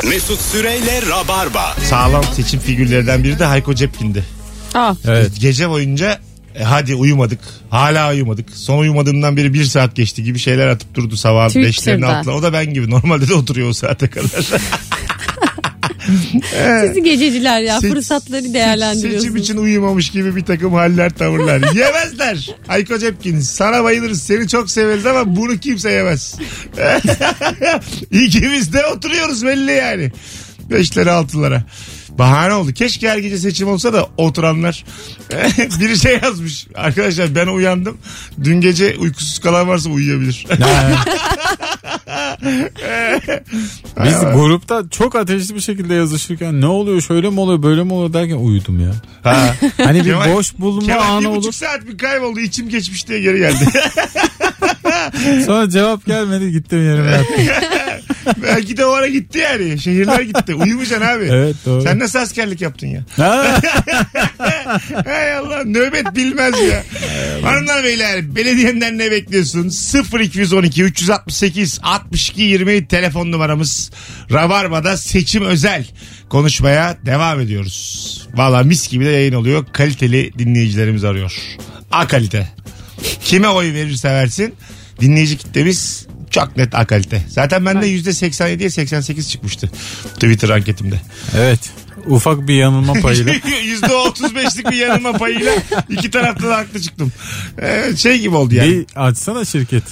Mesut Süreyle Rabarba. Sağlam seçim figürlerinden biri de Hayko Cepkin'di. Evet. Gece boyunca hadi uyumadık. Hala uyumadık. Son uyumadığımdan beri 1 saat geçti gibi şeyler atıp durdu sabah 5'lerin altına. O da ben gibi. Normalde de oturuyor o saate kadar. Sizi gececiler ya, fırsatları değerlendiriyorsunuz. Seçim için uyumamış gibi bir takım haller, tavırlar. Yemezler. Hayko Cepkin, sana bayılırız, seni çok severiz ama bunu kimse yemez. İkimiz de oturuyoruz belli yani. 5'lere 6'lara. Bahane oldu. Keşke her gece seçim olsa da oturanlar. Biri şey yazmış. Arkadaşlar ben uyandım. Dün gece uykusuz kalan varsa uyuyabilir. Biz grupta çok ateşli bir şekilde yazışırken ne oluyor, şöyle mi oluyor, böyle mi oluyor derken uyudum ya. Hani bir boş bulunma anı olur. 1,5 saat bir kayboldu, içim geçmiş diye geri geldi. Sonra cevap gelmedi, gittim yerime yattım. Belki de o ara gitti yani. Şehirler gitti. Uyumayacaksın abi. Evet, doğru. Sen nasıl askerlik yaptın ya? Hay Allah, nöbet bilmez ya. Hanımlar beyler, belediyenden ne bekliyorsun? 0212 368 62 20 telefon numaramız. Rabarba'da seçim özel konuşmaya devam ediyoruz. Valla mis gibi de yayın oluyor. Kaliteli dinleyicilerimiz arıyor. A kalite. Kime oy verirse versin, dinleyici kitlemiz çok net A kalite. Zaten bende %87'ye 88 çıkmıştı Twitter anketimde. Evet. Ufak bir yanılma payıyla. %35'lik bir yanılma payıyla iki tarafta da haklı çıktım. Şey gibi oldu yani. Bir açsana şirket.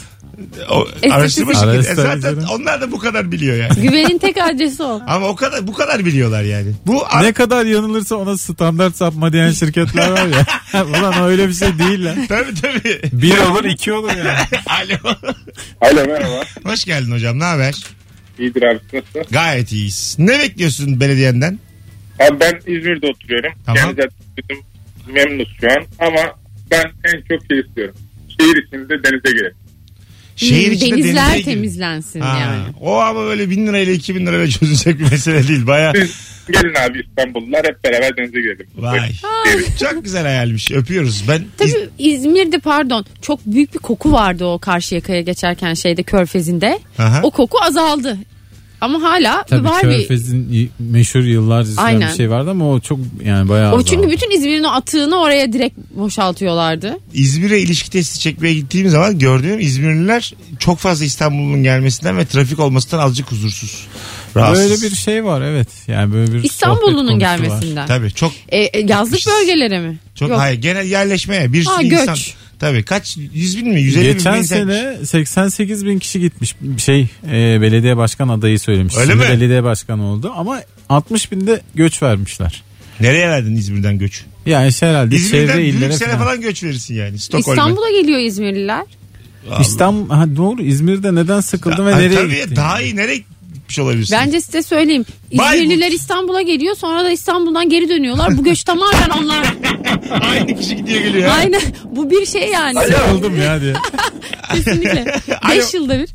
Araştırma şirketi. Zaten onlar da bu kadar biliyor yani. Güvenin tek adresi o. Ama bu kadar biliyorlar yani. Ne kadar yanılırsa ona standart sapma diyen şirketler var ya. Ulan öyle bir şey değil lan. Tabii. 1 olur 2 olur yani. Alo. Alo, merhaba. Hoş geldin hocam, ne haber? İyidir abi, nasılsın? Gayet iyiyiz. Ne bekliyorsun belediyenden? Abi ben İzmir'de oturuyorum. Tamam. Yani zaten memnunuz şu an ama ben en çok şey istiyorum. Şehir içinde denize girelim. Şehir içinde denizler denize girin. temizlensin Ha, yani. o ama böyle 1.000 lirayla 2.000 lirayla çözülecek bir mesele değil. Baya. Gelin abi, İstanbullular hep beraber denize girelim. Vay. Çok güzel hayalmiş. Öpüyoruz. Tabii İzmir'de çok büyük bir koku vardı o Karşıyaka'ya geçerken Körfezi'nde. Aha. O koku azaldı. Ama hala tabii var Körfez'in meşhur yıllarca süren bir şey vardı ama o çok yani bayağı o çünkü bütün İzmir'in o atığını oraya direkt boşaltıyorlardı. İzmir'e ilişki testi çekmeye gittiğim zaman gördüğüm İzmirliler çok fazla İstanbul'un gelmesinden ve trafik olmasından azıcık huzursuz. Rahatsız. Böyle bir şey var, evet. Yani böyle bir İstanbul'un gelmesinden. Tabii çok. Yazlık bölgelere mi? Çok. Yok. Hayır, genel yerleşmeye bir sürü göç. insan. Tabii kaç 100 bin mi 150 bin geçen mi sene 88 bin kişi gitmiş, belediye başkan adayı söylemiş. Öyle şimdi mi? Belediye başkanı oldu ama 60 binde göç vermişler. Nereye verdin İzmir'den göç? Yani herhalde İzmir'den çevre illere büyük sene falan göç verirsin yani. İstanbul'a geliyor İzmirliler. İstanbul, doğru, İzmir'de neden sıkıldın ve nereye tabii, gittin? daha iyi nereye gitmiş olabilirsin? Bence size söyleyeyim. İzmirliler İstanbul'a geliyor, sonra da İstanbul'dan geri dönüyorlar. Bu göç tamamen onlar. Aynı kişi gidiyor geliyor. Aynen. Bu bir şey yani. Sıkıldım ya diye. Kesinlikle. 5 yılda bir.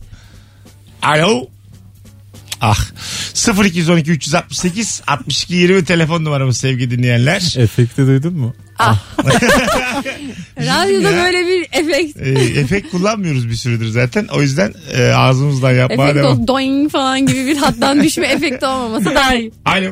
Alo. 0212 368 62 20 telefon numaramız sevgili dinleyenler. Efekti duydun mu? Radyoda ya. böyle bir efekt. Efekt kullanmıyoruz bir süredir zaten. O yüzden ağzımızdan yapmaya Efekt devam. o doing falan gibi bir hattan düşme efekti olmaması daha iyi.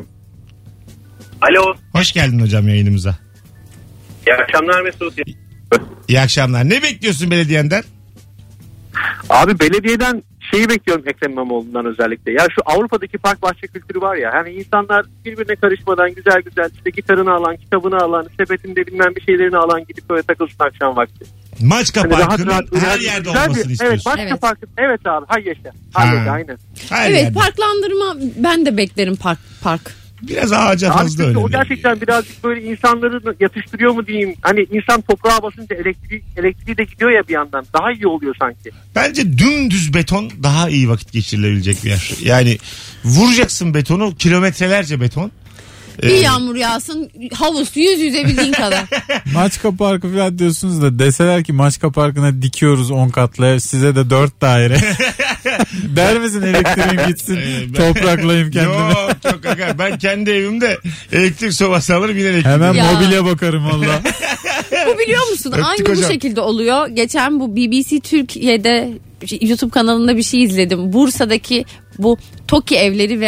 Alo. Hoş geldin hocam yayınımıza. İyi akşamlar Mesut. İyi akşamlar. Ne bekliyorsun belediyenden? Abi belediyeden şeyi bekliyorum, Ekrem İmamoğlu'ndan özellikle. Ya şu Avrupa'daki park bahçe kültürü var ya. Hani insanlar birbirine karışmadan güzel işte gitarını alan, kitabını alan, sepetinde bilmem bir şeylerini alan gidip böyle takılsın akşam vakti. Maçka Hani Parkı'nın her yerde olmasını istiyorsun. Evet, Maçka Parkı. Evet abi, hay yaşa. Aynen. Her Evet, yerde. parklandırma ben de beklerim park. Biraz ağaca Abi fazla çünkü önemli. o gerçekten birazcık böyle insanları yatıştırıyor mu diyeyim. Hani insan toprağa basınca elektriği de gidiyor ya bir yandan. Daha iyi oluyor sanki. Bence dümdüz beton daha iyi vakit geçirilebilecek bir yer. Yani vuracaksın betonu, kilometrelerce beton. Bir yağmur yağsın, havuz yüze bildiğin kadar. Maçka Parkı falan diyorsunuz da deseler ki Maçka Parkı'na dikiyoruz 10 katlı ev, size de 4 daire. Der misin elektriğim gitsin topraklayayım kendimi? Yok aga, ben kendi evimde elektrik sobası alırım yine elektrik. Hemen Ya. mobilya bakarım valla. Bu biliyor musun? Öptük Aynı hocam. bu şekilde oluyor. Geçen bu BBC Türkiye'de YouTube kanalında bir şey izledim. Bursa'daki bu TOKİ evleri ve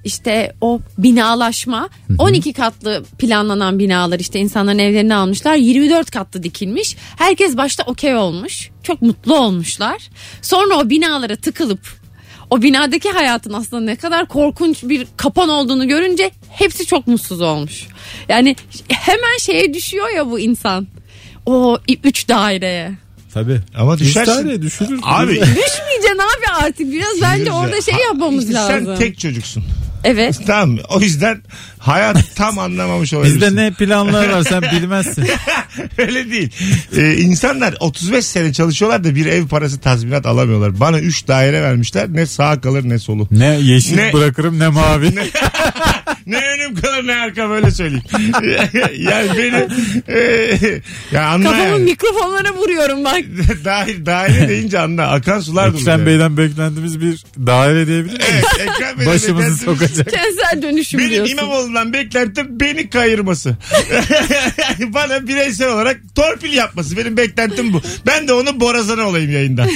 işte o binalaşma 12 katlı planlanan binalar işte insanların evlerini almışlar 24 katlı dikilmiş. Herkes başta okey olmuş. Çok mutlu olmuşlar. Sonra o binalara tıkılıp o binadaki hayatın aslında ne kadar korkunç bir kapan olduğunu görünce hepsi çok mutsuz olmuş. Yani hemen şeye düşüyor ya bu insan. O 3 daireye. Tabii. Ama düşersin. daireye düşürür. Abi. Düşmeyeceksin abi artık. Biraz bence orada şey yapmamız İşte lazım. Sen tek çocuksun. Evet. Tamam, o yüzden hayatı tam anlamamış olabilirsin. Bizde ne planlar var sen bilmezsin. Öyle değil. İnsanlar 35 sene çalışıyorlar da bir ev parası tazminat alamıyorlar. Bana 3 daire vermişler. Ne sağ kalır ne solu. Ne yeşil Ne- bırakırım ne mavi. Ne önüm kalır ne arka, böyle söyleyeyim. Yani beni ya anla Kafamı yani. mikrofonlara vuruyorum bak. Daire deyince anla. Akan sular durur. Ekrem yani. Bey'den beklentimiz bir daire diyebilir miyiz? Evet, Ekrem Bey'den Başımızı beklentimiz- sokacak. Kentsel dönüşüm Benim diyorsun. İmamoğlu'ndan beklentim beni kayırması. Bana bireysel olarak torpil yapması. Benim beklentim bu. Ben de onu borazana olayım yayında.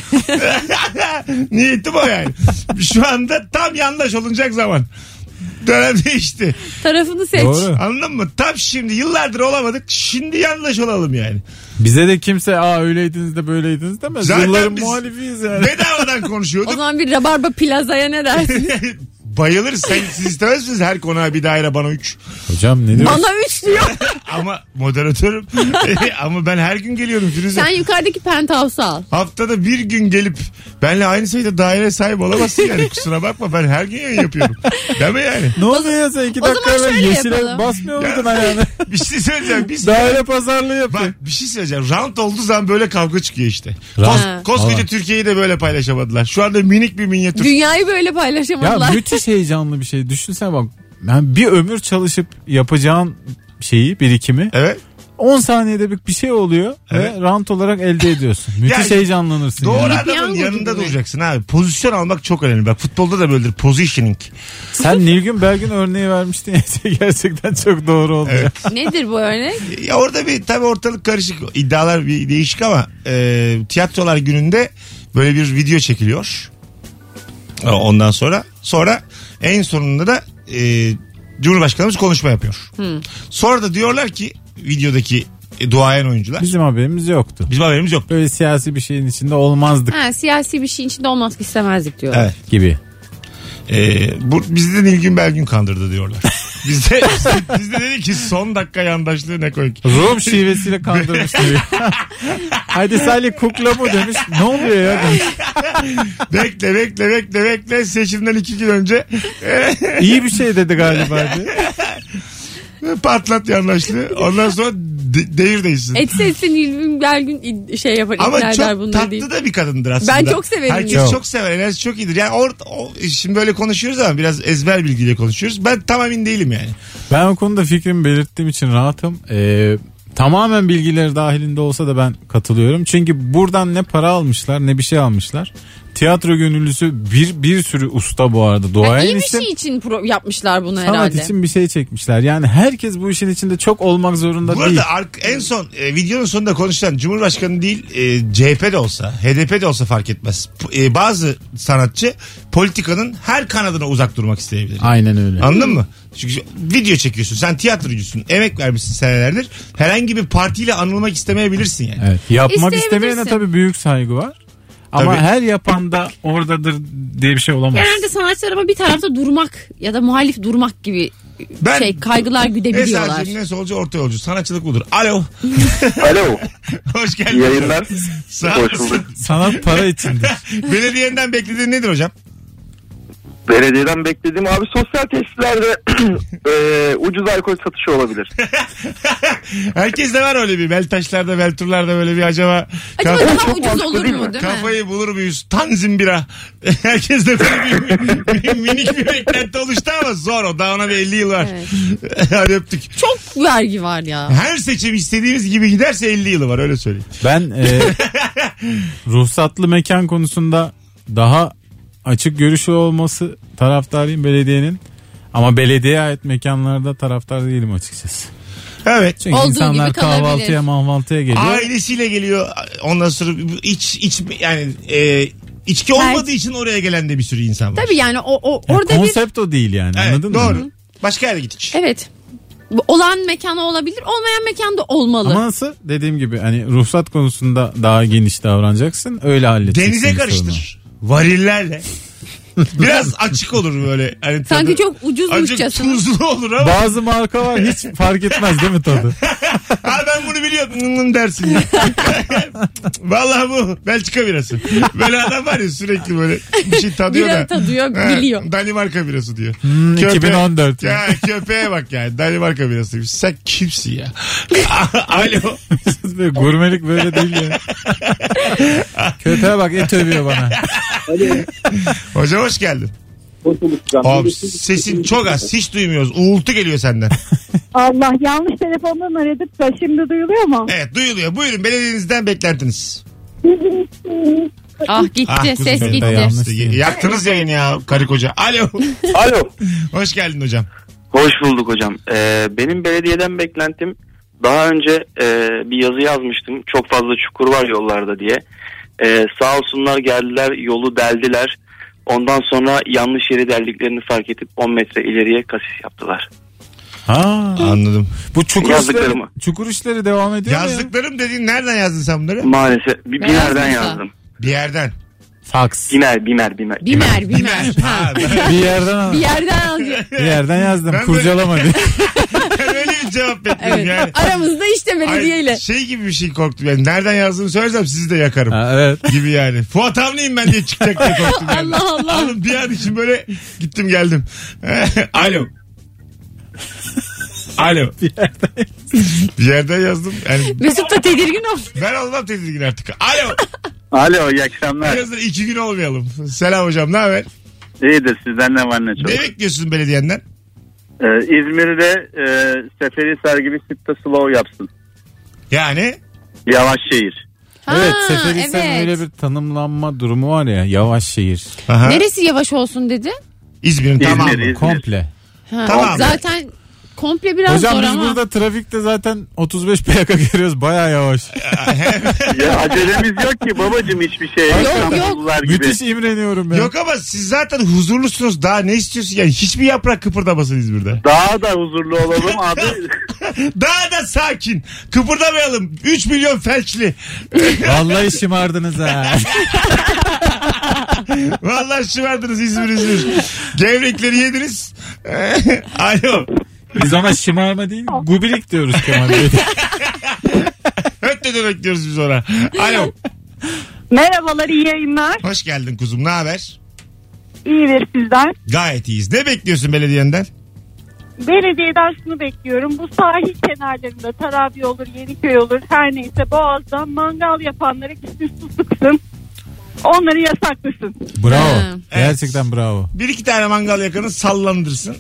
Niyetim o yani. Şu anda tam yandaş olunacak zaman. Dönem değişti. Tarafını seç. Doğru. Anladın mı? Tam şimdi yıllardır olamadık. Şimdi yandaş olalım yani. Bize de kimse öyleydiniz de böyleydiniz demez. Zaten Yılların biz- muhalifiyiz yani. Bedavadan O konuşuyorduk. zaman bir Rabarba Plaza'ya ne dersin? Bayılırız. Siz istemez misiniz her konağa bir daire, bana 3? Hocam ne diyorsun? Bana 3 diyor. Ama moderatörüm. Ama ben her gün geliyorum Firuze. Sen yukarıdaki penthouse'u al. Haftada bir gün gelip benle aynı sayıda daire sahibi olamazsın yani, kusura bakma, ben her gün yayın yapıyorum. Değil mi yani? Ne oluyor ya sen 2 O zaman dakika evvel şöyle yeşile yapalım. basmıyor muydun ayağını? Bir şey söyleyeceğim. Biz Daire pazarlığı yapıyor. bak bir şey söyleyeceğim. Round olduğu zaman böyle kavga çıkıyor işte. Ha. Koskoca Aa. Türkiye'yi de böyle paylaşamadılar. Şu anda minik bir minyatür. Dünyayı böyle Ya paylaşamadılar. müthiş heyecanlı bir şey. Düşünsene bak. Yani bir ömür çalışıp yapacağın şeyi, birikimi Evet. 10 saniyede bir şey oluyor Evet. ve rant olarak elde ediyorsun. Müthiş Yani heyecanlanırsın. Doğru yani. adamın Piyango yanında gibi. duracaksın abi. Pozisyon almak çok önemli. Bak futbolda da böyledir. Positioning. Sen Nilgün Belgün örneği vermiştin ya, gerçekten çok doğru oldu. Evet. Nedir bu örnek? Ya orada bir tabii ortalık karışık. İddialar bir değişik ama tiyatrolar gününde böyle bir video çekiliyor. Ondan sonra en sonunda da Cumhurbaşkanımız konuşma yapıyor. Sonra da diyorlar ki videodaki duayen oyuncular, Bizim haberimiz yoktu. bizim haberimiz yok. Böyle siyasi bir şeyin içinde olmazdık Ha, siyasi bir şeyin içinde olmak istemezdik diyorlar. Evet. gibi. Bizi de Nilgün Belgün kandırdı diyorlar. Biz de dedi ki son dakika yandaşlığı ne koy ki. Rum şivesiyle kandırmış diyor. Hadi Salih kukla mı demiş. Ne oluyor ya demiş. Bekle seçimden 2 gün önce İyi bir şey dedi galiba diye. patlat yandaşlığı. Ondan sonra devir değişsin. Etse Nilgün Belgün şey yapar, Ama ikna eder çok bunları tatlı değil. da bir kadındır aslında. Ben çok severim. Herkes Yok. çok sever. Enerjisi çok iyidir. Yani şimdi böyle konuşuyoruz ama biraz ezber bilgiyle konuşuyoruz. Ben tam emin değilim yani. Ben o konuda fikrimi belirttiğim için rahatım. Tamamen bilgileri dahilinde olsa da ben katılıyorum. Çünkü buradan ne para almışlar ne bir şey almışlar. Tiyatro gönüllüsü bir sürü usta bu arada. Yani Doğayan iyi bir isim. şey için yapmışlar bunu Sanat herhalde. için bir şey çekmişler. Yani herkes bu işin içinde çok olmak zorunda Bu değil. arada en son videonun sonunda konuşulan Cumhurbaşkanı değil CHP de olsa HDP de olsa fark etmez. Bazı sanatçı politikanın her kanadına uzak durmak isteyebilir. Aynen öyle. Anladın mı? Çünkü video çekiyorsun. Sen tiyatrocusun. Emek vermişsin senelerdir. Herhangi bir partiyle anılmak istemeyebilirsin yani. Evet. Yapmak İsteyebilirsin. istemeyene tabii büyük saygı var. Ama Tabii. her yapan da oradadır diye bir şey olamaz. Genelde sanatçılar ama bir tarafta durmak ya da muhalif durmak gibi kaygılar güdebiliyorlar. Esascığım ne solcu orta yolcu. Sanatçılık budur. Alo. Alo. Hoş geldin. İyi yayınlar. Sağ Hoş olasın. bulduk. Sanat para içindir. Belediyenden beklediğin nedir hocam? Belediyeden beklediğim abi sosyal tesislerde ucuz alkol satışı olabilir. Herkes de var öyle bir. Veltaşlarda, velturlarda böyle bir acaba Acaba daha çok ucuz mantıklı olur değil mu mi? değil mi? kafayı bulur muyuz? Tanzim bira. Herkes de böyle bir minik bir beklenti oluştu ama zor o. Daha ona bir 50 yıl var. Evet. Hadi öptük. Çok vergi var ya. Her seçim istediğimiz gibi giderse 50 yılı var, öyle söyleyeyim. Ben ruhsatlı mekan konusunda daha açık görüşü olması taraftarıyım belediyenin. Ama belediyeye ait mekanlarda taraftar değilim açıkçası. Evet. Çünkü Olduğu insanlar gibi kalabilir. kahvaltıya mahvaltıya geliyor. Ailesiyle geliyor. Ondan sonra iç yani İçki olmadığı için oraya gelen de bir sürü insan var. Tabii yani orada konsept o değil yani, Evet, anladın doğru. mı? Başka yere git iç. Evet. Olan mekanı olabilir, olmayan mekanda olmalı. Ama nasıl, dediğim gibi hani ruhsat konusunda daha geniş davranacaksın, öyle halledeceksin. Denize karıştır. Varillerle. Biraz açık olur böyle. Hani Sanki tadı, çok ucuzmuşçasına. azıcık tuzlu olur ama. Bazı marka var, hiç fark etmez değil mi tadı? Ha ben bunu biliyorum dersin. Vallahi bu Belçika birası. Böyle adam var ya sürekli böyle bir şey tadıyor Bira da. tadıyor, Ha, biliyor. Danimarka birası diyor. 2014. Ya köpeğe bak yani. Danimarka birasıymış. Sen kimsin ya? Alo. Böyle gurmelik böyle değil ya. Köpeğe bak, et övüyor bana. Hocam hoş geldin. Hoş bulduk. Abi sesin çok az. Hiç duymuyoruz. Uğultu geliyor senden. Allah, yanlış telefondan aradık da şimdi duyuluyor mu? Evet duyuluyor. Buyurun belediyenizden beklentiniz. Ah gitti, kuzum ses benim. gitti. Yanlış. Yaktınız yayını ya karı koca. Alo. Alo. Hoş geldin hocam. Hoş bulduk hocam. Benim belediyeden beklentim, daha önce bir yazı yazmıştım. Çok fazla çukur var yollarda diye. Sağ olsunlar, geldiler, yolu deldiler. Ondan sonra yanlış yeri deldiklerini fark edip 10 metre ileriye kasis yaptılar. Ha, Anladım. bu çukur Yazdıklarımı. işleri, çukur işleri devam ediyor mu ya? Yazdıklarım dediğin nereden yazdın sen bunları? Maalesef bir Beyaz yerden masa. yazdım. Bir yerden. Fax. Bimer. Bimer. Ha. Bir yerden al. Bir yerden alıyor. Bir yerden yazdım. Ben Kurcalama diye. Ben öyle bir cevap bekliyorum Evet. yani. Aramızda işte belediyeyle. Ay, şey gibi bir şey korktum yani. Nereden yazdığını söylersem sizi de yakarım. Ha, evet. Gibi yani. Fuat Avni'yim ben diye çıkacak diye korktum yani. Allah Allah. Oğlum bir an için böyle gittim geldim. Alo. Alo. Bir yerden yazdım. Yani Mesut da tedirgin oldu. ben olmam tedirgin artık. Alo. Alo, iyi akşamlar. En azından 2 gün olmayalım. Selam hocam, ne haber? İyidir, sizden ne var ne çok. Ne bekliyorsun belediyenden? İzmir'de Seferihisar gibi Sitta Slow yapsın. Yani Yavaş şehir. Evet, Ha, Seferihisar'ın evet. öyle bir tanımlanma durumu var ya, yavaş şehir. aha. Neresi yavaş olsun dedi? İzmir'in İzmir, tamamı. İzmir. Komple. Ha, Tamam. Zaten komple biraz Hocam zor biz ama. burada trafikte zaten 35 plaka görüyoruz, baya yavaş. Ya acelemiz yok ki babacığım, hiçbir şey. Yok, İstanbullular gibi. Müthiş imreniyorum ben. Yok ama siz zaten huzurlusunuz. Daha ne istiyorsun yani? Hiçbir yaprak kıpırdamasın İzmir'de. Daha da huzurlu olalım abi. Daha da sakin. Kıpırdamayalım. 3 milyon felçli. Vallahi şımardınız ha. Vallahi şımardınız İzmir. Gevrekleri yediniz. Alo. Biz ona şımarma değil, gubilik diyoruz Kemal Bey. Höt de bekliyoruz biz ona. Alo. Merhabalar, iyi yayınlar. Hoş geldin kuzum. Ne haber? İyidir sizden. Gayet iyiyiz. Ne bekliyorsun belediyenden? Belediyeden şunu bekliyorum. Bu sahil kenarlarında Tarabya olur, Yeniköy olur, her neyse Boğaz'dan mangal yapanlara gitsin su sıksın. Onları yasaklasın. Bravo. Ha. Gerçekten bravo. Bir iki tane mangal yakanı sallandırsın.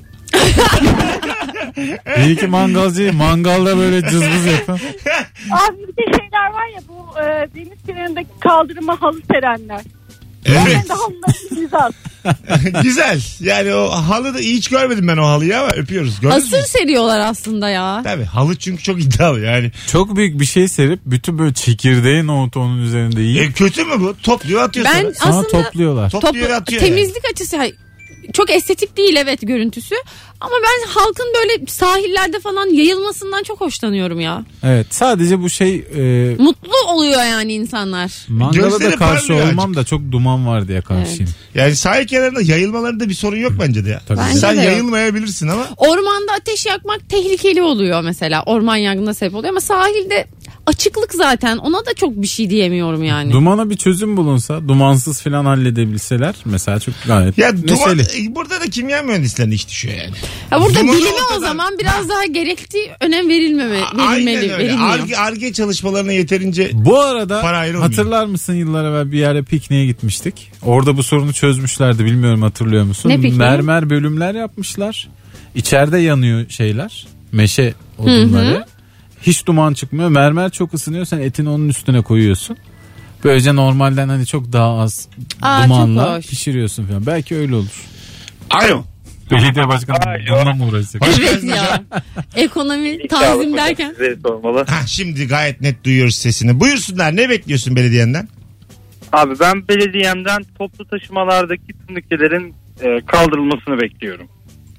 İyi ki mangalcıyı mangalda böyle cızbız yapın. Abi bir de şeyler var ya, bu deniz kenarındaki kaldırıma halı serenler. Evet. Ben de halıları güzel. Güzel. Yani o halı da hiç görmedim ben o halıyı ama öpüyoruz. Gördünüz mü? Asır seriyorlar aslında ya. Tabii halı çünkü çok iddialı yani. Çok büyük bir şey serip bütün böyle çekirdeği nohutu onun üzerinde yiyip Kötü mü bu? Topluyor atıyor Ben sonra. sonra aslında topluyorlar. Topluyor atıyor yani. temizlik açısı çok estetik değil evet görüntüsü. Ama ben halkın böyle sahillerde falan yayılmasından çok hoşlanıyorum ya. Evet, sadece bu şey Mutlu oluyor yani insanlar. mangala Gözleri da karşı parlıyor olmam da çok duman var diye karşıyım. Yani sahil kenarında yayılmalarında bir sorun yok bence de ya. Tabii. Bence Sen de yok. yayılmayabilirsin ama. Ormanda ateş yakmak tehlikeli oluyor mesela. Orman yangınına sebep oluyor ama sahilde açıklık zaten. Ona da çok bir şey diyemiyorum yani. Dumana bir çözüm bulunsa, dumansız falan halledebilseler mesela çok gayet Ya duman, mesele. burada da kimya mühendislerine iş düşüyor yani. Ya burada Dumanı bilime o ortadan- zaman biraz daha gerektiği önem verilmeli. Aynen öyle. Verilmiyor. Ar-Ge çalışmalarına yeterince Bu arada para ayrılmıyor. hatırlar mısın, yıllar evvel bir yere pikniğe gitmiştik. Orada bu sorunu çözmüşlerdi, bilmiyorum hatırlıyor musun? Ne pikniği? Mermer bölümler yapmışlar. İçeride yanıyor şeyler, meşe odunları. Hiç duman çıkmıyor. Mermer çok ısınıyor, sen etini onun üstüne koyuyorsun. Böylece normalden hani çok daha az Aa, çok dumanla hoş. pişiriyorsun falan. Belki öyle olur. Alo. Belediye başkanı bununla mı uğraşacak? Hoş Evet geldin hocam. ya. Ekonomi tanzim derken. Size sormalı. Ha, şimdi gayet net duyuyoruz sesini. Buyursunlar, ne bekliyorsun belediyenden? Abi ben belediyemden toplu taşımalardaki turnikelerin kaldırılmasını bekliyorum.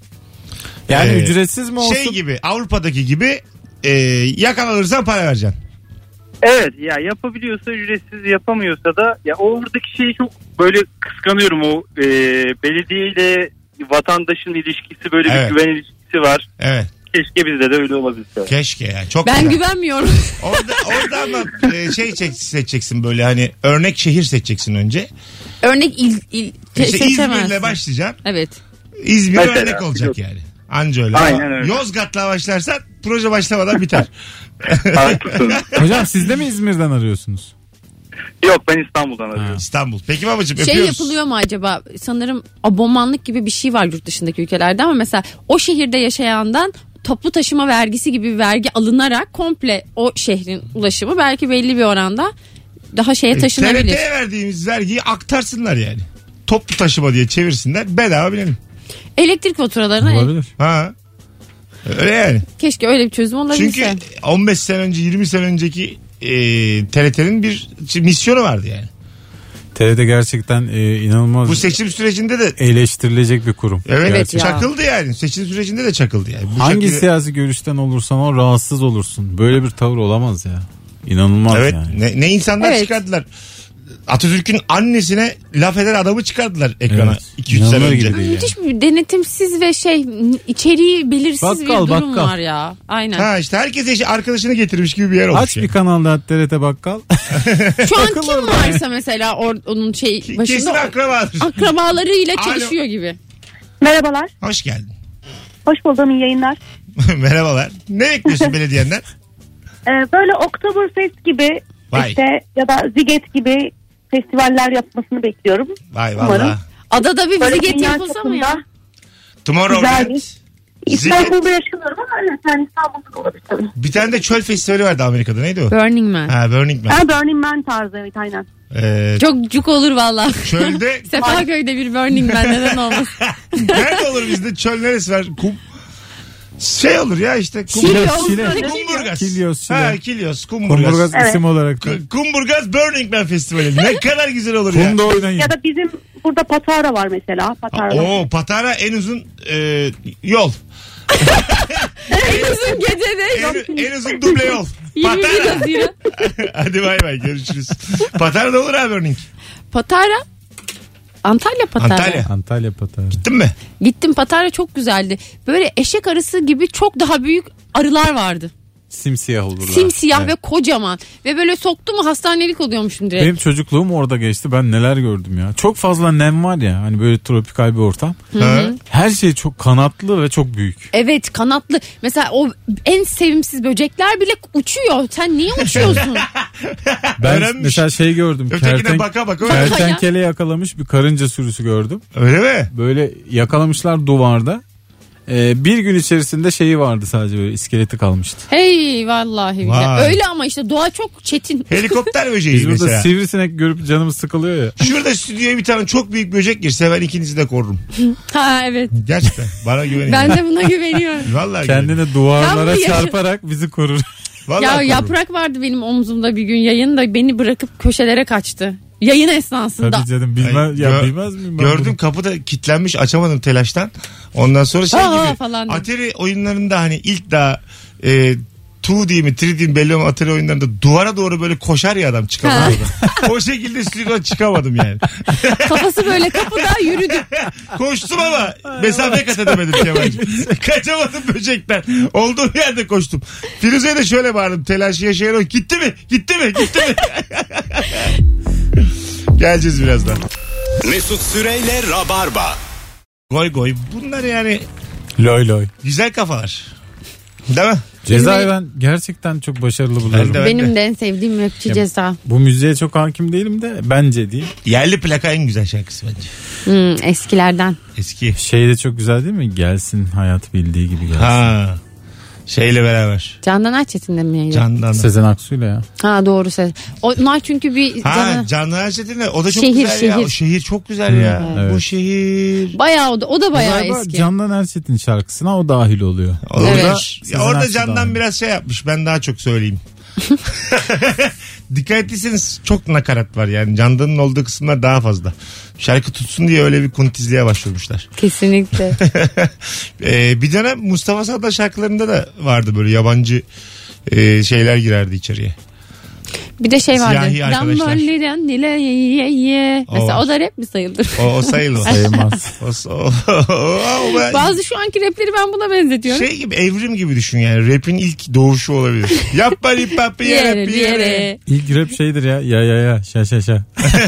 Yani Ee, ücretsiz mi olsun? Şey gibi, Avrupa'daki gibi yakalanırsan para vereceksin. Evet ya, yapabiliyorsa ücretsiz, yapamıyorsa da ya oradaki şeyi çok böyle kıskanıyorum, o belediyeyle vatandaşın ilişkisi, böyle Evet. bir güven ilişkisi var. Evet. Keşke bizde de öyle olabilse. Keşke ya. Çok Ben güzel. güvenmiyorum. Orada ama seçeceksin böyle, hani örnek şehir seçeceksin önce. Örnek il İşte seçemezsin. İzmir'le başlayacaksın. Evet. İzmir Mesela, örnek olacak yani. Anca öyle. Aynen Ama öyle. Yozgat'la başlarsan proje başlamadan biter. Haklısın. Hocam siz de mi İzmir'den arıyorsunuz? Yok, ben İstanbul'dan arıyorum. İstanbul. Peki babacığım, Şey öpüyoruz. yapılıyor mu acaba? Sanırım abonmanlık gibi bir şey var yurt dışındaki ülkelerde ama mesela o şehirde yaşayandan toplu taşıma vergisi gibi bir vergi alınarak komple o şehrin ulaşımı belki belli bir oranda daha şeye taşınabilir. TRT'ye verdiğimiz vergiyi aktarsınlar yani. Toplu taşıma diye çevirsinler, bedava binelim. Elektrik faturalarına Olabilir. Ha. Öyle yani. keşke öyle bir çözüm olabilse. Çünkü 15 sene önce, 20 sene önceki TRT'nin bir misyonu vardı yani. TRT gerçekten inanılmaz Bu seçim sürecinde de eleştirilecek bir kurum. evet, Evet ya. çakıldı yani. Seçim sürecinde de çakıldı yani. Bu Hangi şekilde- siyasi görüşten olursan ol rahatsız olursun. Böyle bir tavır olamaz ya. İnanılmaz Evet. yani. Ne insanlar Evet. çıkardılar. Atatürk'ün annesine laf eden adamı çıkardılar ekrana. Evet. 2-3 sene İnanılır önce. gibi değil. Müthiş bir denetimsiz ve içeriği belirsiz bir durum var ya. Aynen. Ha işte herkes arkadaşını getirmiş gibi bir yer olmuş. Aç yani. bir kanalda TRT Bakkal. Şu an takıl kim orada. varsa mesela onun Kesin başında akrabadır. akrabalarıyla Alo. çalışıyor gibi. Merhabalar. Hoş geldin. Hoş buldum, iyi yayınlar. Merhabalar. Ne bekliyorsun belediyenden? Böyle Oktoberfest gibi Vay. işte ya da Ziget gibi festivaller yapmasını bekliyorum. Vay Umarım. valla. Adada bir Böyle bizi dünya yapılsa mı ya? çapında Tomorrowland. Güzel. Ziget. İstanbul'da yaşıyorum ama evet, yani İstanbul'da da olabilir tabii. Bir tane de çöl festivali vardı Amerika'da. Neydi o? Burning Man. Ha, Burning Man. Burning Man tarzı, evet aynen. Çok cuk olur valla. Çölde Sefaköy'de bir Burning Man neden olmasın? nerede olur bizde? Çöl neresi var? Şey olur ya işte. Kumburgaz. Kilyos, Şile. Ha, Kilyos. Kumburgaz. Kumburgaz Evet. isim olarak. Kumburgaz Burning Man Festivali. Ne kadar güzel olur ya. Kumda oynayın. Ya da bizim burada Patara var mesela. Patara. Oo, Patara en uzun yol. En uzun gecede En uzun duble yol. 21 Patara. Haziran. Hadi bay bay, görüşürüz. Patara'da olur ha Burning. Patara. Antalya Patara. Antalya. Antalya Patara. Gittin mi? Gittim, Patara çok güzeldi. Böyle eşek arısı gibi çok daha büyük arılar vardı. Simsiyah olurlar. Simsiyah Evet. ve kocaman. Ve böyle soktu mu hastanelik oluyormuşum direkt. Benim çocukluğum orada geçti. Ben neler gördüm ya. Çok fazla nem var ya. Hani böyle tropikal bir ortam. Ha? Her şey çok kanatlı ve çok büyük. Evet, kanatlı. Mesela o en sevimsiz böcekler bile uçuyor. Sen niye uçuyorsun? Ben Öğrenmiş. mesela şey gördüm. Ötekine baka baka öğrenmiş. Kertenkele yakalamış bir karınca sürüsü gördüm. Öyle mi? Böyle yakalamışlar duvarda. Bir gün içerisinde şeyi vardı, sadece böyle iskeleti kalmıştı. Hey vallahi billahi. Vay. Öyle ama işte doğa çok çetin. Helikopter böceği Biz burada mesela. sivrisinek görüp canımız sıkılıyor ya. Şurada stüdyoya bir tane çok büyük böcek girse ben ikinizi de korurum. Ha evet. Gerçekten. Bana güvenin. Ben de buna güveniyorum. Vallahi güvenin. Kendini duvarlara Ben bunu çarparak bizi korur. Vallahi Ya korurum. yaprak vardı benim omzumda bir gün, yayında beni bırakıp köşelere kaçtı. Yayın esnasında. Tabii canım, Ay, bilmez miyim ben Gördüm bunu? kapıda kilitlenmiş, açamadım telaştan. Ondan sonra şey Aa, gibi. falan dedim. Atari oyunlarında hani ilk daha 2D mi 3D mi belli olmayan Atari oyunlarında duvara doğru böyle koşar ya adam, çıkamadı. O şekilde stüdyodan çıkamadım yani. Kafası böyle kapıda yürüdü. Koştum ama mesafe kat edemedim Kemal'cim. Kaçamadım böcekten. Olduğum yerde koştum. Firuze'ye de şöyle bağırdım. Telaşı yaşayan o. Gitti mi? Gitti mi? Gitti mi? Geleceğiz birazdan. Mesut Süreyle Rabarba. Goy goy. Bunlar yani Loy loy. güzel kafalar. Değil mi? Cezayı ben gerçekten çok başarılı buluyorum. Ben de. Benim de en sevdiğim rapçi Ceza. Bu müziğe çok hakim değilim de bence değil. Yerli plaka en güzel şarkısı bence. Eskilerden. Eski. Şey de çok güzel değil mi? Gelsin hayat bildiği gibi gelsin. Ha. Şeyle beraber. Candan Erçetin'de mi yayın? Candan. Sezen Aksu'yla ya. Ha doğru söz. Onlar çünkü bir Ha, Candan Erçetin'le o da çok Şehir, güzel ya. şehir. O şehir çok güzel ya. Evet. Bu şehir. bayağı o da bayağı Galiba eski. Candan Erçetin şarkısına o dahil oluyor. Orada, Evet. ya Sezen orada Aksu Candan dahil. biraz şey yapmış. Ben daha çok söyleyeyim. Dikkat ettiyseniz çok nakarat var yani. Candan'ın olduğu kısımlar daha fazla. Şarkı tutsun diye öyle bir kuntizliğe başvurmuşlar. Kesinlikle. Bir dönem Mustafa Sandal şarkılarında da vardı böyle yabancı şeyler girerdi içeriye. Bir de şey vardı. Siyahi arkadaşlar. Damboliden dile ye ye. Mesela O o da rap mi sayılır? O sayılır. Sayılmaz. Bazı şu anki rapleri ben buna benzetiyorum. Şey gibi, evrim gibi düşün yani. Rap'in ilk doğuşu olabilir. Yapma rip Yere yere. İlk rap şeydir ya. Ya şa.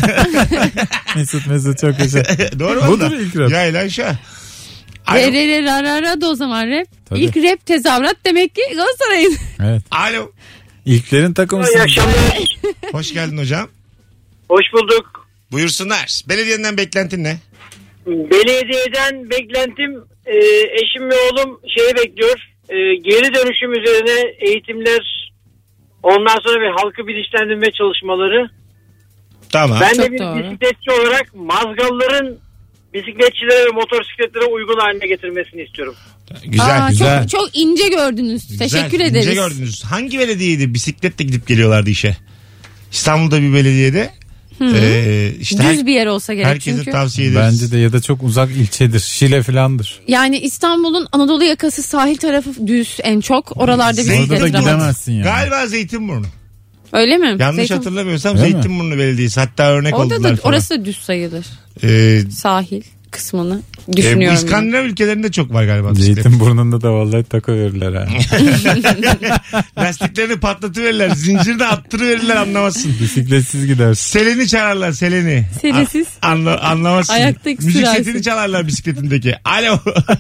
Mesut çok yaşa. Doğru mu? Budur ilk rap. Ya lan şa. Re re re ra ra da o zaman rap. Tabii. İlk rap tezahürat demek ki Galatasaray'ın. Evet. Alo. İlklerin takımısın. İyi akşamlar. Hoş geldin hocam. Hoş bulduk. Buyursunlar. Belediyeden beklentin ne? Belediyeden beklentim eşim ve oğlum şeyi bekliyor. Geri dönüşüm üzerine eğitimler, ondan sonra bir halkı bilinçlendirme çalışmaları. Tamam. Ben de Çok bir doğru. bisikletçi olarak Mazgalların bisikletçilere ve motosikletlere uygun haline getirmesini istiyorum. Güzel. güzel. Çok ince gördünüz. Güzel, Teşekkür ince ederiz. gördünüz. Hangi belediyeydi? Bisikletle gidip geliyorlardı işe. İstanbul'da bir belediyede. İşte Düz bir yer olsa gerek herkese çünkü. tavsiye ederiz. Bence de, ya da çok uzak ilçedir. Şile filandır. Yani İstanbul'un Anadolu yakası sahil tarafı düz en çok. Oralarda Zeytin- bisiklet Orada da rahat. gidemezsin yani. Galiba Zeytinburnu. Öyle mi? Yanlış hatırlamıyorsam Değil mi? Zeytinburnu Belediyesi. Hatta örnek Orada oldular da falan. orası da düz sayılır. Ee, Sahil kısmını bu düşünüyorum. ben. İskandinav ülkelerinde çok var galiba bisiklet. Zeytinburnu'nda da vallahi takı verirler ha. Lastiklerini patlatıverirler. Zincirini attırıverirler, anlamazsın. Bisikletsiz gidersin. Seleni çağırırlar, Seleni. Selesiz. Anlamazsın. Ayaktaki Müzik sürersin. setini çalarlar bisikletindeki. Alo.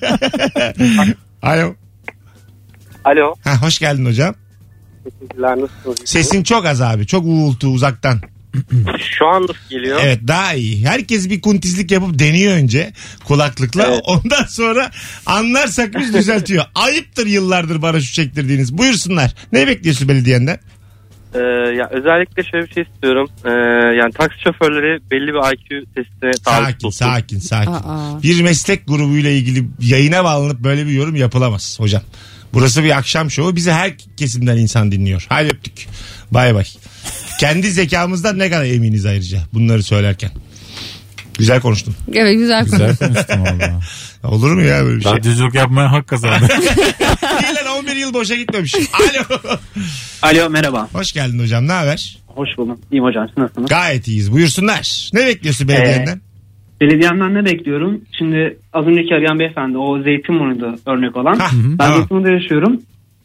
Alo. Alo. Ha, hoş geldin hocam. Teşekkürler, nasılsınız? Sesin çok az abi. Çok uğultu uzaktan. Şu an nasıl geliyor? Evet, daha iyi. Herkes bir kuntizlik yapıp deniyor önce kulaklıkla. Evet. Ondan sonra anlarsak biz düzeltiyor. Ayıptır yıllardır bana şu çektirdiğiniz. Buyursunlar. Ne bekliyorsun belediyenden? Ya özellikle şöyle bir şey istiyorum. Yani taksi şoförleri belli bir IQ testine tabi tutulsun. Sakin. Aa. Bir meslek grubuyla ilgili yayına bağlanıp böyle bir yorum yapılamaz hocam. Burası bir akşam şovu. Bizi her kesimden insan dinliyor. Hadi öptük. Bay bay. Kendi zekamızdan ne kadar eminiz ayrıca bunları söylerken. Güzel konuştun. Evet, güzel konu. Güzel konuştum valla. Olur mu ya böyle bir şey? Radyoculuk yapmaya hak kazandı. İyi lan, 11 yıl boşa gitmemiş. Alo. Alo, merhaba. Hoş geldin hocam, ne haber? Hoş buldum. İyiyim hocam, siz nasılsınız? Gayet iyiyiz. Buyursunlar. Ne bekliyorsun belediyenden? Belediyemden ne bekliyorum? Şimdi az önceki arayan beyefendi, o Zeytinburnu'da örnek olan. Hah, Ben tamam. Zeytinburnu'da yaşıyorum.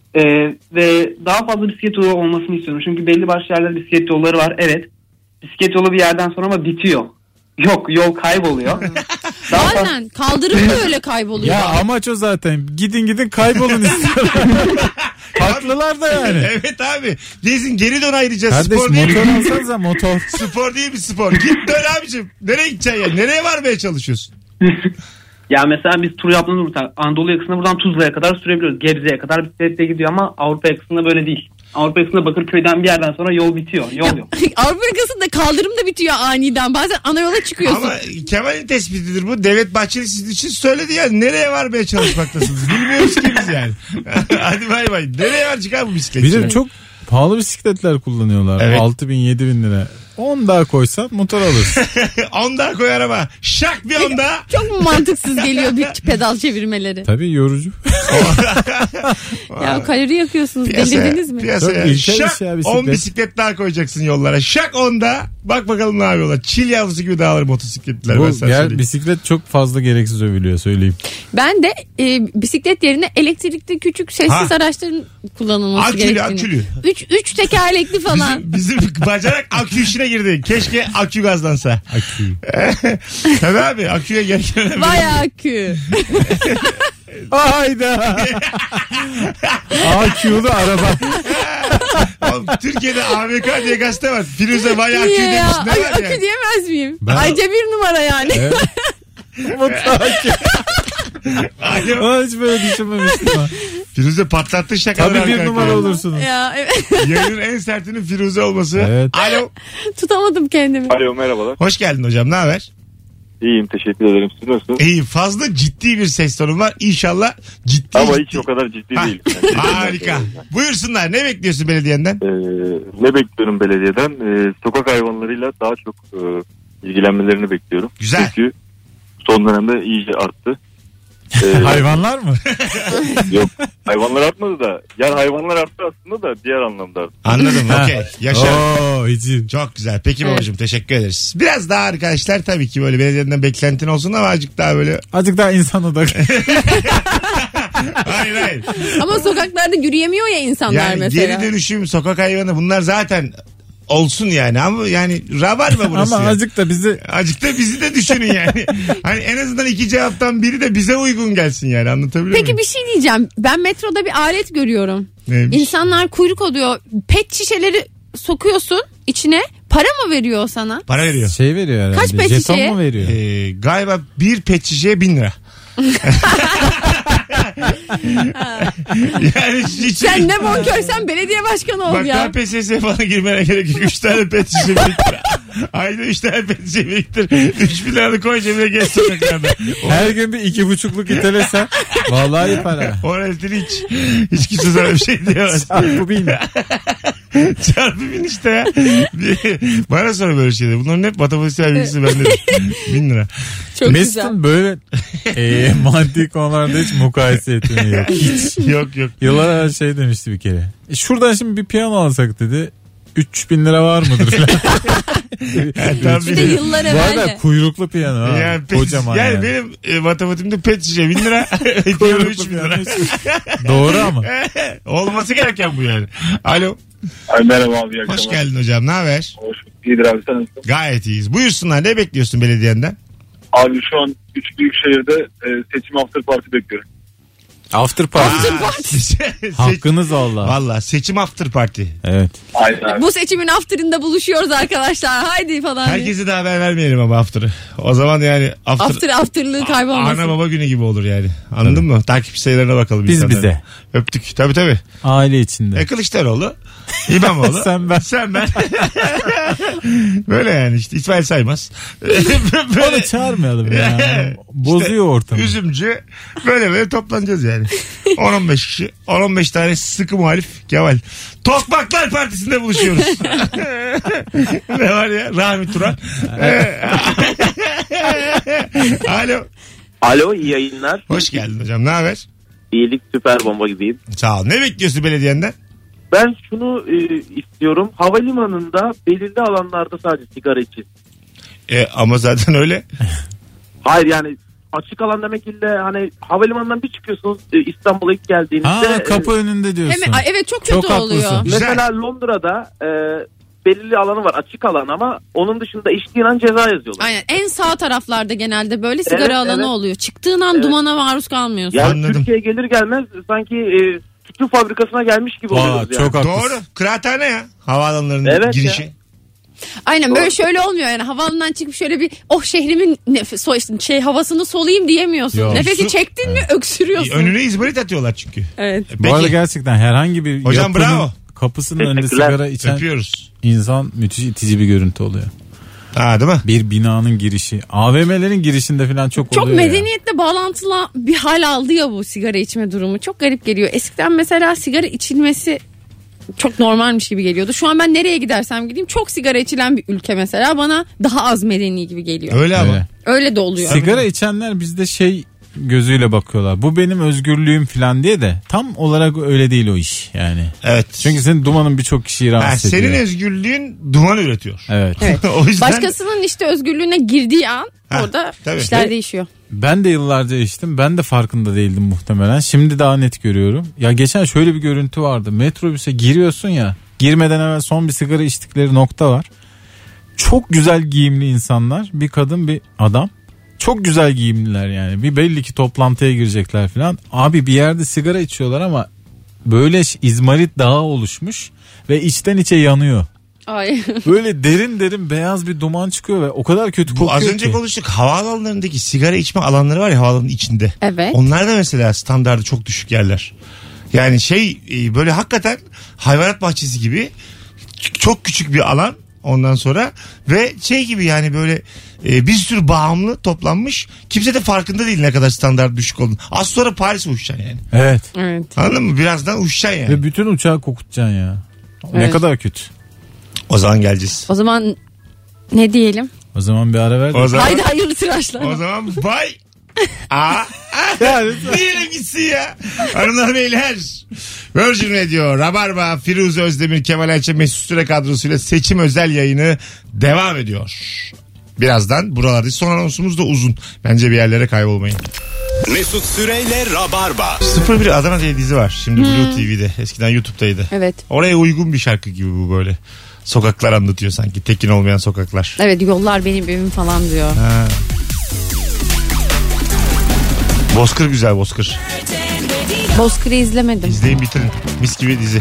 Ve daha fazla bisiklet yolu olmasını istiyorum. Çünkü belli başlı yerlerde bisiklet yolları var. Evet. Bisiklet yolu bir yerden sonra ama bitiyor. Yok, yol kayboluyor. Aynen. Kaldırım da öyle kayboluyor. Ya amaç o zaten. Gidin kaybolun istiyorum. Haklılar da yani. Evet abi. Gezin, geri dön ayrıca. Kardeş Spor değil motor mi? alsanıza motor. Spor değil mi spor? Git dön abicim. Nereye gideceksin ya? Nereye varmaya çalışıyorsun? Ya mesela biz tur yaptığımızda Anadolu yakasında buradan Tuzla'ya kadar sürebiliyoruz. Gebze'ye kadar bisikletle gidiyor ama Avrupa yakasında böyle değil. Avrupa yakasında Bakırköy'den bir yerden sonra yol bitiyor. Yol yok. Avrupa yakasında kaldırım da bitiyor aniden. Bazen ana yola çıkıyorsun. Ama Kemal'in tespitidir bu. Devlet Bahçeli sizin için söyledi yani. Nereye varmaya çalışmaktasınız? Bilmiyoruz ki biz yani. Hadi bay bay. Nereye var çıkar bu bisikletçiler? Bir de çok pahalı bisikletler kullanıyorlar. Evet. 6.000 7.000 lira. 10 daha koysan motor alırsın. 10 daha koy araba. Şak bir 10 daha. Çok mu mantıksız geliyor bir pedal çevirmeleri? Tabii yorucu. Ya kalori yakıyorsunuz. Delirdiniz mi? Piyasaya. Çok ilkel Şak iş ya 10 bisiklet. bisiklet daha koyacaksın yollara. Şak 10 da. Bak bakalım ne yapıyorlar. Çil yavrusu gibi dağılır motosikletler. Ben Bu sana söyleyeyim. bisiklet çok fazla gereksiz övülüyor söyleyeyim. Ben de bisiklet yerine elektrikli küçük sessiz araçların kullanılması Akülü, gerektiğini. akülü. 3 tekerlekli falan. Bizim bacanak akü işine girdi. Keşke akü gazlansa. Akü. Tabii abi, aküye gereken. Vay akü. Hayda. AQ'lu araba. Oğlum, Türkiye'de AVK diye gazete var. Firuze vay akü Niye ya? demiş. Ne var Akü yani? diyemez miyim? Ben- Ayrıca bir numara yani. Evet. Mutlu akü. Alo. Aa, hiç böyle düşünmemiştim. ha. Firuze patlattı şakaları. Tabii bir arka numara arkaya. olursunuz. Ya evet. Yayının en sertinin Firuze olması. Evet. Alo. Tutamadım kendimi. Alo, merhabalar. Hoş geldin hocam, ne haber? İyiyim, teşekkür ederim. Siz nasılsınız? İyi, fazla ciddi bir ses tonu var. İnşallah ciddi. Ama hiç o kadar ciddi değil. Yani harika. Buyursunlar. Ne bekliyorsun belediyenden? Ne bekliyorum belediyeden? Sokak hayvanlarıyla daha çok ilgilenmelerini bekliyorum. Güzel. Çünkü son dönemde iyice arttı. Hayvanlar mı? Yok, hayvanlar artmadı da. Yani hayvanlar arttı aslında da diğer anlamda arttı. Anladım, okey. Yaşa. İçin. Çok güzel. Peki babacığım, teşekkür ederiz. Biraz daha arkadaşlar tabii ki böyle belediyeden beklentin olsun ama azıcık daha böyle. Azıcık daha insan odak. Hayır. Ama sokaklarda yürüyemiyor ya insanlar Yani mesela. geri dönüşüm, sokak hayvanı bunlar zaten olsun yani, ama yani Rabarba burası. Ama yani. azıcık da bizi de düşünün yani. Hani en azından iki cevaptan biri de bize uygun gelsin yani, anlatabiliyor muyum? Peki bir şey diyeceğim. Ben metroda bir alet görüyorum. Neymiş? İnsanlar kuyruk oluyor. Pet şişeleri sokuyorsun içine. Para mı veriyor sana? Para veriyor. Şey veriyor herhalde. Kaç pet jeton şişeye? mu veriyor? Galiba bir pet şişeye 1000 lira. Yani hiç... Sen ne bonkörsen belediye başkanı ol Bak, ya. KPSS falan girmene gerek yok. 3 tane pet şişe biriktir. Ayda 3 tane pet şişe biriktir. 3 bin liranı koy cebine, geç sokaklarda. Her gün bir 2,5'luk itelesen vallahi iyi para. O reddini hiç kimse sana bir şey diyemez. Çarpı 1000. Çarpı 1000 işte ya. Bana sonra böyle şeyler. Bunların hep matematiksel bilgisi bende. 1000 lira. Çok Mesut'un böyle maddi konularda hiç mukayese ettiğini yok. Hiç. Yok. Yıllar evvel şey demişti bir kere. Şuradan şimdi bir piyano alsak dedi. 3.000 lira var mıdır falan. Bir de yıllar Bu evvel. arada kuyruklu piyano ha. Yani, Kocaman yani. yani. Benim matematiğimde pet şişe 1000 lira. Piyano 3000 lira. Doğru ama. Olması gereken bu yani. Alo. Ay, merhaba abi. Hoş geldin hocam. Ne haber? Hoş bulduk. İyidir abi, sen nasılsın? Gayet iyiyiz. Buyursunlar. Ne bekliyorsun belediyenden? Abi şu an 3 büyük şehirde seçim after party bekliyorum. After party. Hakkınız valla. Valla seçim after party. Evet. Aynen abi. Bu seçimin after'ında buluşuyoruz arkadaşlar. Haydi falan. Herkese de haber vermeyelim ama after'ı. O zaman yani After'lığı kaybolmasın. ana baba günü gibi olur yani. Anladın mı? Takipçi sayılarına bakalım. Biz insanların. bize. Öptük. Tabii. Aile içinde. Kılıçdaroğlu. İmamoğlu. Sen ben. Böyle yani işte. İsmail Saymaz. Onu çağırmayalım ya. Bozuyor ortamı. Üzümcü. Böyle toplanacağız yani. 10-15 kişi. 10-15 tane sıkı muhalif Kemal. Tokmaklar Partisi'nde buluşuyoruz. Ne var ya? Rahmi Turan. Alo. Alo, iyi yayınlar. Hoş geldin hocam. Ne haber? İyilik, süper bomba gibiyim. Sağ ol. Ne bekliyorsun belediyenden? Ben şunu istiyorum. Havalimanında belirli alanlarda sadece sigara için. Ama zaten öyle. Hayır yani açık alan demek ille hani havalimanından bir çıkıyorsunuz İstanbul'a ilk geldiğinizde. Ha, kapı önünde diyorsun. Evet, çok kötü oluyor. Haklısın. Mesela Londra'da belirli alanı var, açık alan, ama onun dışında içtiğin an ceza yazıyorlar. Aynen, en sağ taraflarda genelde böyle sigara Evet, alanı evet. oluyor. Çıktığın an dumana maruz kalmıyorsun. Yani Anladım. Türkiye'ye gelir gelmez sanki tütü fabrikasına gelmiş gibi oluyoruz yani. Çok haklısın. Doğru. Kıraathane ya. Havaalanlarının Evet girişi. ya. Aynen, böyle şöyle olmuyor yani, havaalanından çıkıp şöyle bir şehrimin havasını solayım diyemiyorsun. Yok. Nefesi çektin mi öksürüyorsun. Önüne izmarit atıyorlar çünkü. Evet. Bu arada gerçekten herhangi bir Hocam yapının bravo. kapısının önünde Teşekkürler. sigara içen Öpüyoruz. insan müthiş itici bir görüntü oluyor. Ha, değil mi? Bir binanın girişi, AVM'lerin girişinde falan çok Çok oluyor ya. medeniyetle bağlantılı bir hal aldı ya bu sigara içme durumu. Çok garip geliyor. Eskiden mesela sigara içilmesi çok normalmiş gibi geliyordu. Şu an ben nereye gidersem gideyim çok sigara içilen bir ülke mesela bana daha az medeni gibi geliyor. Öyle ama. Öyle. Öyle de oluyor. Sigara içenler bizde gözüyle bakıyorlar. Bu benim özgürlüğüm falan diye de tam olarak öyle değil o iş yani. Evet. Çünkü senin dumanın birçok kişiyi rahatsız ediyor. Senin özgürlüğün duman üretiyor. Evet. O yüzden Başkasının işte özgürlüğüne girdiği an orada tabii. işler değişiyor. Ben de yıllarca içtim. Ben de farkında değildim muhtemelen. Şimdi daha net görüyorum. Ya geçen şöyle bir görüntü vardı. Metrobüse giriyorsun ya. Girmeden evvel son bir sigara içtikleri nokta var. Çok güzel giyimli insanlar. Bir kadın, bir adam. Çok güzel giyimliler yani. Bir belli ki toplantıya girecekler falan. Abi bir yerde sigara içiyorlar ama böyle izmarit dağı oluşmuş ve içten içe yanıyor. Ay. Böyle derin derin beyaz bir duman çıkıyor ve o kadar kötü bu kokuyor az önce ki. konuştuk. Havaalanlarındaki sigara içme alanları var ya, havaalanının içinde. Evet. Onlar da mesela standardı çok düşük yerler. Yani böyle hakikaten hayvanat bahçesi gibi çok küçük bir alan. ondan sonra ve şey gibi yani böyle bir sürü bağımlı toplanmış. Kimse de farkında değil ne kadar standart düşük olduğunu. Az sonra Paris'e uçacaksın yani. Evet. Anladın mı? Birazdan uçacaksın yani. Ve bütün uçağı kokutacaksın ya. Ne Evet. kadar kötü. O zaman geleceğiz. O zaman ne diyelim? O zaman bir ara ver. O zaman, Haydi hayırlı tıraşlar. o zaman bay. Diyelim gitsin ya. Hanımlar beyler. Virgin Radio, Rabarba, Firuze Özdemir, Kemal Ayça, Mesut Süre kadrosuyla seçim özel yayını devam ediyor. Birazdan buralarda. Son anonsumuz da uzun. Bence bir yerlere kaybolmayın. Mesut Süreyle Rabarba. 01 Adana diye dizi var. Şimdi Blue TV'de. Eskiden YouTube'daydı. Evet. Oraya uygun bir şarkı gibi bu böyle. Sokaklar anlatıyor sanki. Tekin olmayan sokaklar. Evet, yollar benim evim falan diyor. Ha. Bozkır güzel, Bozkır. Bozkır'ı izlemedim. İzleyin bitirin. Mis gibi dizi.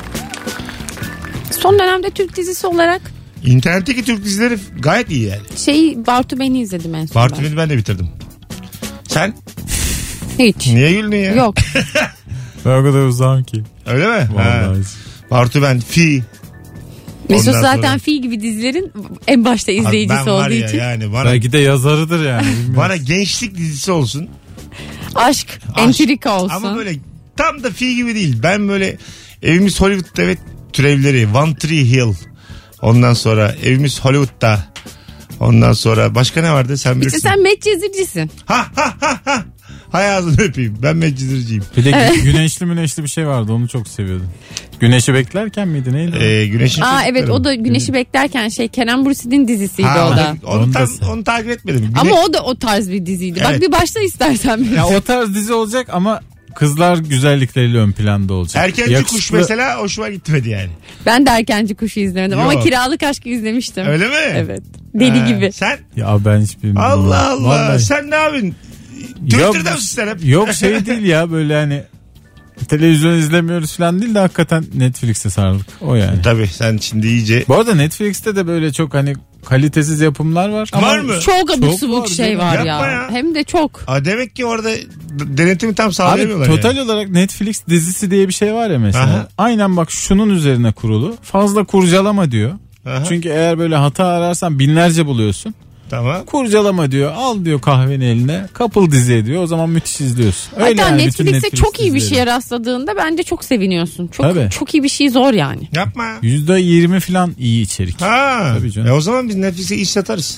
Son dönemde Türk dizisi olarak İnternetteki Türk dizileri gayet iyi yani. Bartu Ben'i izledim en son. Bartu Ben'i ben de bitirdim. Sen? Hiç. Niye güldün ya? Yok. Ben o kadar uzağım ki. Öyle mi? Vallahi. Ha. Bartu Ben, Fi. Mesut Ondan zaten sonra- Fi gibi dizilerin en başta izleyicisi ben var olduğu ya, için. yani bana, Belki de yazarıdır yani. bilmiyorum. bana gençlik dizisi olsun. Aşk, entrika olsun. Ama böyle tam da Fi gibi değil. Ben böyle Evimiz Hollywood'da ve türevleri. One Tree Hill. Ondan sonra Evimiz Hollywood'da. Ondan sonra başka ne vardı sen bilirsin. İşte sen Medcezircisin. Ha. Hay ağzını öpeyim. Ben Medcezirciyim. Bir de güneşli bir şey vardı, onu çok seviyordum. Güneşi beklerken miydi neydi? Güneşin Evet, o da Güneşi beklerken Kerem Bürsin'in dizisiydi o da. Onu takip etmedim. Ama o da o tarz bir diziydi. Bak Evet. bir başla istersen. Ya o tarz dizi olacak ama kızlar güzellikleriyle ön planda olacak. Erkenci Kuş mesela hoşuma gitmedi yani. Ben de Erkenci Kuş'u izlemedim ama Yok. Kiralık Aşk'ı izlemiştim. Öyle mi? Evet. Deli gibi. Sen? Ya ben hiç bilmiyorum. Allah Allah. Vallahi. Sen ne yapıyorsun? Twitter'da mısın sen hep? Yok şey değil ya, böyle hani televizyon izlemiyoruz falan değil de hakikaten Netflix'e sardık. O yani. Tabii sen şimdi iyice. Bu arada Netflix'te de böyle çok hani kalitesiz yapımlar var. Var mı? Çok abuk Çok subuk var, şey değil mi? var Yapma ya. ya. Hem de çok. Demek ki orada denetimi tam Abi sağlayamıyorlar. total yani. olarak Netflix dizisi diye bir şey var ya mesela. Aha. Aynen bak şunun üzerine kurulu. Fazla kurcalama diyor. Aha. Çünkü eğer böyle hata ararsan binlerce buluyorsun. Tamam. Kurcalama diyor. Al diyor kahveni eline. Couple dizi diyor. O zaman müthiş izliyorsun. Öyle Hatta yani bütün Netflix'te çok iyi bir dizileri. şeye rastladığında bence çok seviniyorsun. Tabii. Çok iyi bir şey zor yani. Yapma ya. %20 falan iyi içerik. Ha. Tabii canım. O zaman biz Netflix'e iş satarız.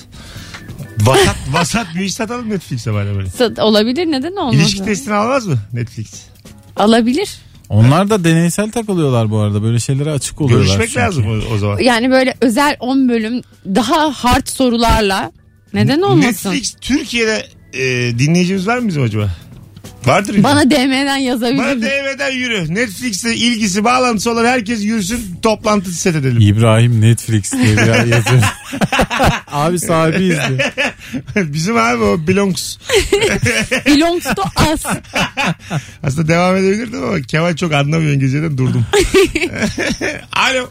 Vasat bir iş satalım Netflix'e böyle. Olabilir, neden olmaz? İlişki ya? testini almaz mı Netflix? Alabilir. Onlar da deneysel takılıyorlar bu arada. Böyle şeylere açık oluyorlar. Görüşmek çünkü. lazım o zaman. Yani böyle özel 10 bölüm daha hard sorularla neden olmasın? Netflix Türkiye'de dinleyicimiz var mı bizim acaba? Vardır. ya. Bana DM'den yazabilir. Bana DM'den yürü. Netflix'te ilgisi bağlantısı olan herkes yürüsün, toplantı set edelim. İbrahim Netflix diye bir yer yazıyor. Abi sahibiyiz diyor. Bizim abi o belongs. Belongs to us. Aslında devam edebilirdim ama Kemal çok anlamıyor İngilizceden, durdum. Alo.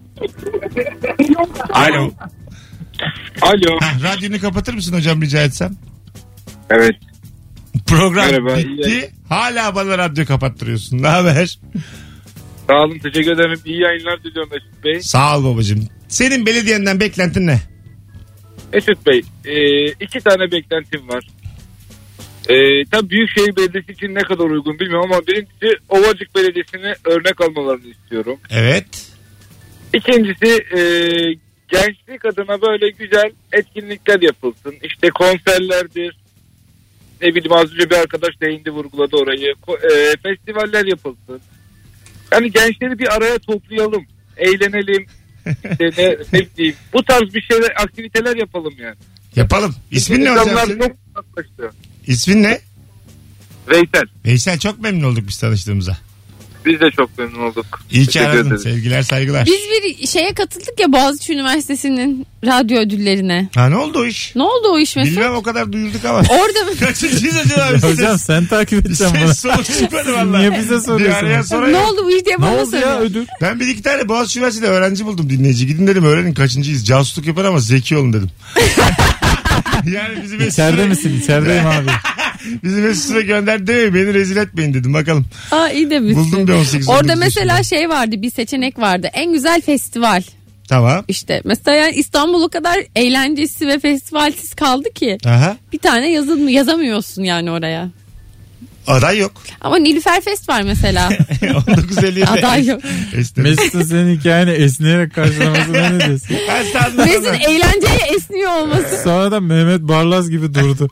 Alo. Alo. Radyonu kapatır mısın hocam rica etsem? Evet. Program Merhaba, bitti. iyi. Hala bana radyo kapattırıyorsun. Ne haber? Sağ olun, teşekkür ederim. İyi yayınlar diliyorum Mesut Bey. Sağ ol babacığım. Senin belediyenden beklentin ne? Mesut Bey, 2 tane beklentim var. Tabii Büyükşehir Belediyesi için ne kadar uygun bilmiyorum ama birincisi Ovacık Belediyesi'ne örnek almalarını istiyorum. Evet. İkincisi gençlik adına böyle güzel etkinlikler yapılsın. İşte konserlerdir. Ne bileyim, az önce bir arkadaş değindi, vurguladı orayı. Festivaller yapılsın. Yani gençleri bir araya toplayalım. Eğlenelim. İşte ne bileyim, bu tarz bir şeyler, aktiviteler yapalım yani. Yapalım. İsmin ne hocam? İnsanlar senin? çok uzaklaştı. İsmin ne? Veysel. Veysel, çok memnun olduk biz tanıştığımıza. Biz de çok memnun olduk. İyi ki Teşekkür aradın. ederiz. Sevgiler, saygılar. Biz bir şeye katıldık ya, Boğaziçi Üniversitesi'nin radyo ödüllerine. Ha, ne oldu o iş? Ne oldu o iş Mesut? Bilmem, o kadar duyulduk ama. Orada mı? Kaçıncıyız acaba? biz? Hocam sen takip edeceksin bunu. Ses sonuç çıkmadı valla. Niye bize Bir soruyorsun? araya sorayım. Ne oldu bu iş diye Ne bana oldu soruyor. ya ödül? Ben bir iki tane Boğaziçi Üniversitesi'nde öğrenci buldum, dinleyici. Gidin dedim, öğrenin kaçıncıyız. Casusluk yapar ama zeki olun dedim. Yani bizim İçeride misin? İçerideyim abi. Bizim Mesut'a gönder demeyin, beni rezil etmeyin dedim, bakalım. Aa, iyi demişsin. Buldum bir 18-19 Orada mesela yaşında. şey vardı, bir seçenek vardı. En güzel festival. Tamam. İşte mesela yani İstanbul o kadar eğlencesi ve festivalsiz kaldı ki. Aha. Bir tane yazamıyorsun yani oraya. Aday yok. Ama Nilüfer Fest var mesela. 1957. Aday yok. Mesut'un senin hikayeni esneyerek karşılamasına ne diyorsun? Mesut'un eğlenceye esniyor olması. Sonra da Mehmet Barlas gibi durdu.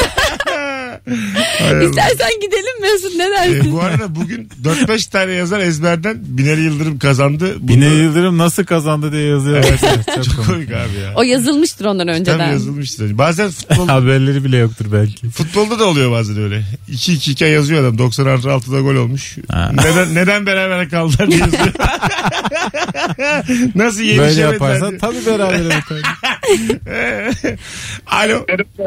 İstersen gidelim Mesut, ne dersin? Bu arada bugün 4-5 tane yazar ezberden Binali Yıldırım kazandı. Binali Yıldırım nasıl kazandı diye yazıyor. Çok komik abi ya. O yazılmıştır ondan önceden. Tabii yazılmıştır. Bazen futbol... Haberleri bile yoktur belki. Futbolda da oluyor bazen öyle. 2-2 yazıyor adam. 90+6'da gol olmuş. Neden beraber kaldılar diye yazıyor. Nasıl yenişemediler böyle yaparsan diye. tabii beraber biter. Alo.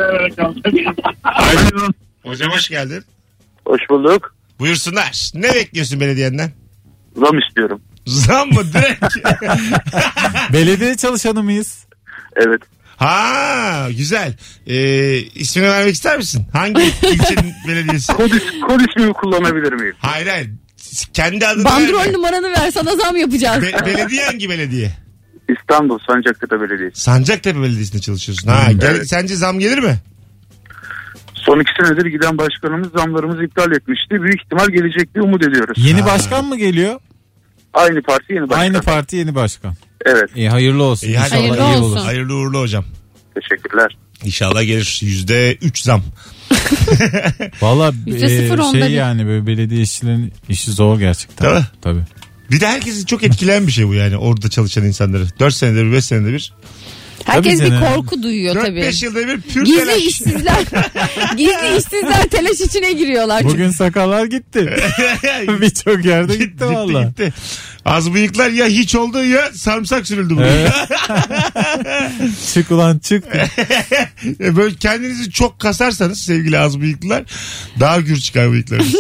Alo. Hocam hoş geldin. Hoş bulduk. Buyursunlar. Ne bekliyorsun belediyenden? Zam istiyorum. Zam mı direkt? Belediye çalışanı mıyız? Evet. Ha güzel. İsmini vermek ister misin? Hangi ilçenin belediyesi? Kod ismimi kullanabilir miyim? Hayır. Kendi adını bandrol verme. numaranı ver, sana zam yapacağız. Belediye hangi belediye? İstanbul Sancaktepe Belediyesi. Sancaktepe Belediyesi'nde çalışıyorsun. Ha, evet. Sence zam gelir mi? Son 2 senedir giden başkanımız zamlarımızı iptal etmişti. Büyük ihtimal gelecek diye umut ediyoruz. Yeni başkan mı geliyor? Aynı parti yeni başkan. Aynı parti yeni başkan. Evet. İyi, hayırlı olsun. İyi, hayırlı iyi olsun. olur. Hayırlı uğurlu hocam. Teşekkürler. İnşallah gelir. %3 zam. Valla %0 yani böyle belediye işçilerin işi zor gerçekten. Değil mi? Tabii. Bir de herkesi çok etkileyen bir şey bu yani orada çalışan insanları. 4 senede bir 5 senede bir. Herkes Tabii bir canım. korku duyuyor tabii. 4-5 yılda bir pür Gizli telaş. işsizler telaş içine giriyorlar. Bugün sakallar gitti. Birçok yerde gitti valla. Gitti. Az bıyıklar ya hiç oldu ya sarımsak sürüldü bugün. Evet. Çık ulan çık. Böyle kendinizi çok kasarsanız sevgili az bıyıklılar daha gür çıkar bıyıklarınız.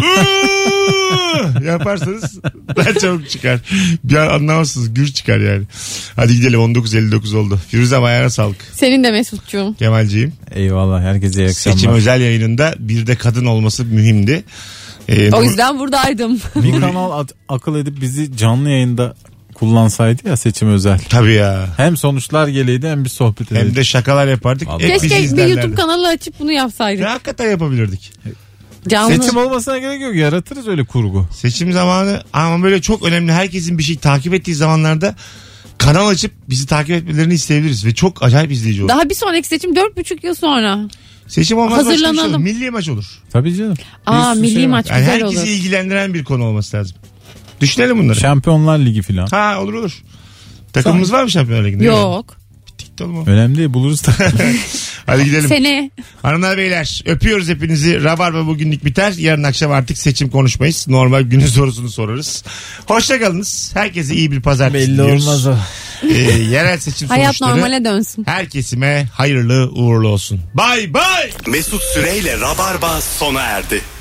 Yaparsanız daha çabuk çıkar. Bir an anlamazsınız, gür çıkar yani. Hadi gidelim, 19.59 oldu. Firuzem ayağına sağlık. Senin de Mesut'cuğum. Kemalciğim. Eyvallah, herkese iyi akşamlar. Seçim özel yayınında bir de kadın olması mühimdi. O yüzden buradaydım. Bir kanal akıl edip bizi canlı yayında kullansaydı ya, seçim özel. Tabii ya. Hem sonuçlar geleydi hem bir sohbet edelim. Hem de şakalar yapardık. Vallahi. Hep bizi Keşke bir izlerlerdi. YouTube kanalı açıp bunu yapsaydık. Ya, hakikaten yapabilirdik. Canlı. Seçim olmasına gerek yok, yaratırız öyle kurgu. Seçim zamanı ama böyle çok önemli, herkesin bir şey takip ettiği zamanlarda kanal açıp bizi takip etmelerini isteyebiliriz ve çok acayip izleyici olur. Daha bir sonraki seçim 4,5 yıl sonra. Seçim olmaz, başka bir şey olur. Hazırlanalım. Milli maç olur. Tabii canım. Milli maç Yani güzel herkesi olur. ilgilendiren bir konu olması lazım. Düşünelim bunları. Şampiyonlar Ligi falan. Ha, olur. Takımımız var mı Şampiyonlar Ligi'nde? Yok. Bittik oğlum o. Önemli değil, buluruz da. Hadi gidelim. Seni. Hanımlar beyler, öpüyoruz hepinizi. Rabarba bugünlük biter. Yarın akşam artık seçim konuşmayız. Normal günün sorusunu sorarız. Hoşçakalınız. Herkese iyi bir pazartesi Belli diliyoruz. olmaz o. Yerel seçim Hayat sonuçları normale dönsün. her kesime hayırlı uğurlu olsun. Bay bay. Mesut Süreyle Rabarba sona erdi.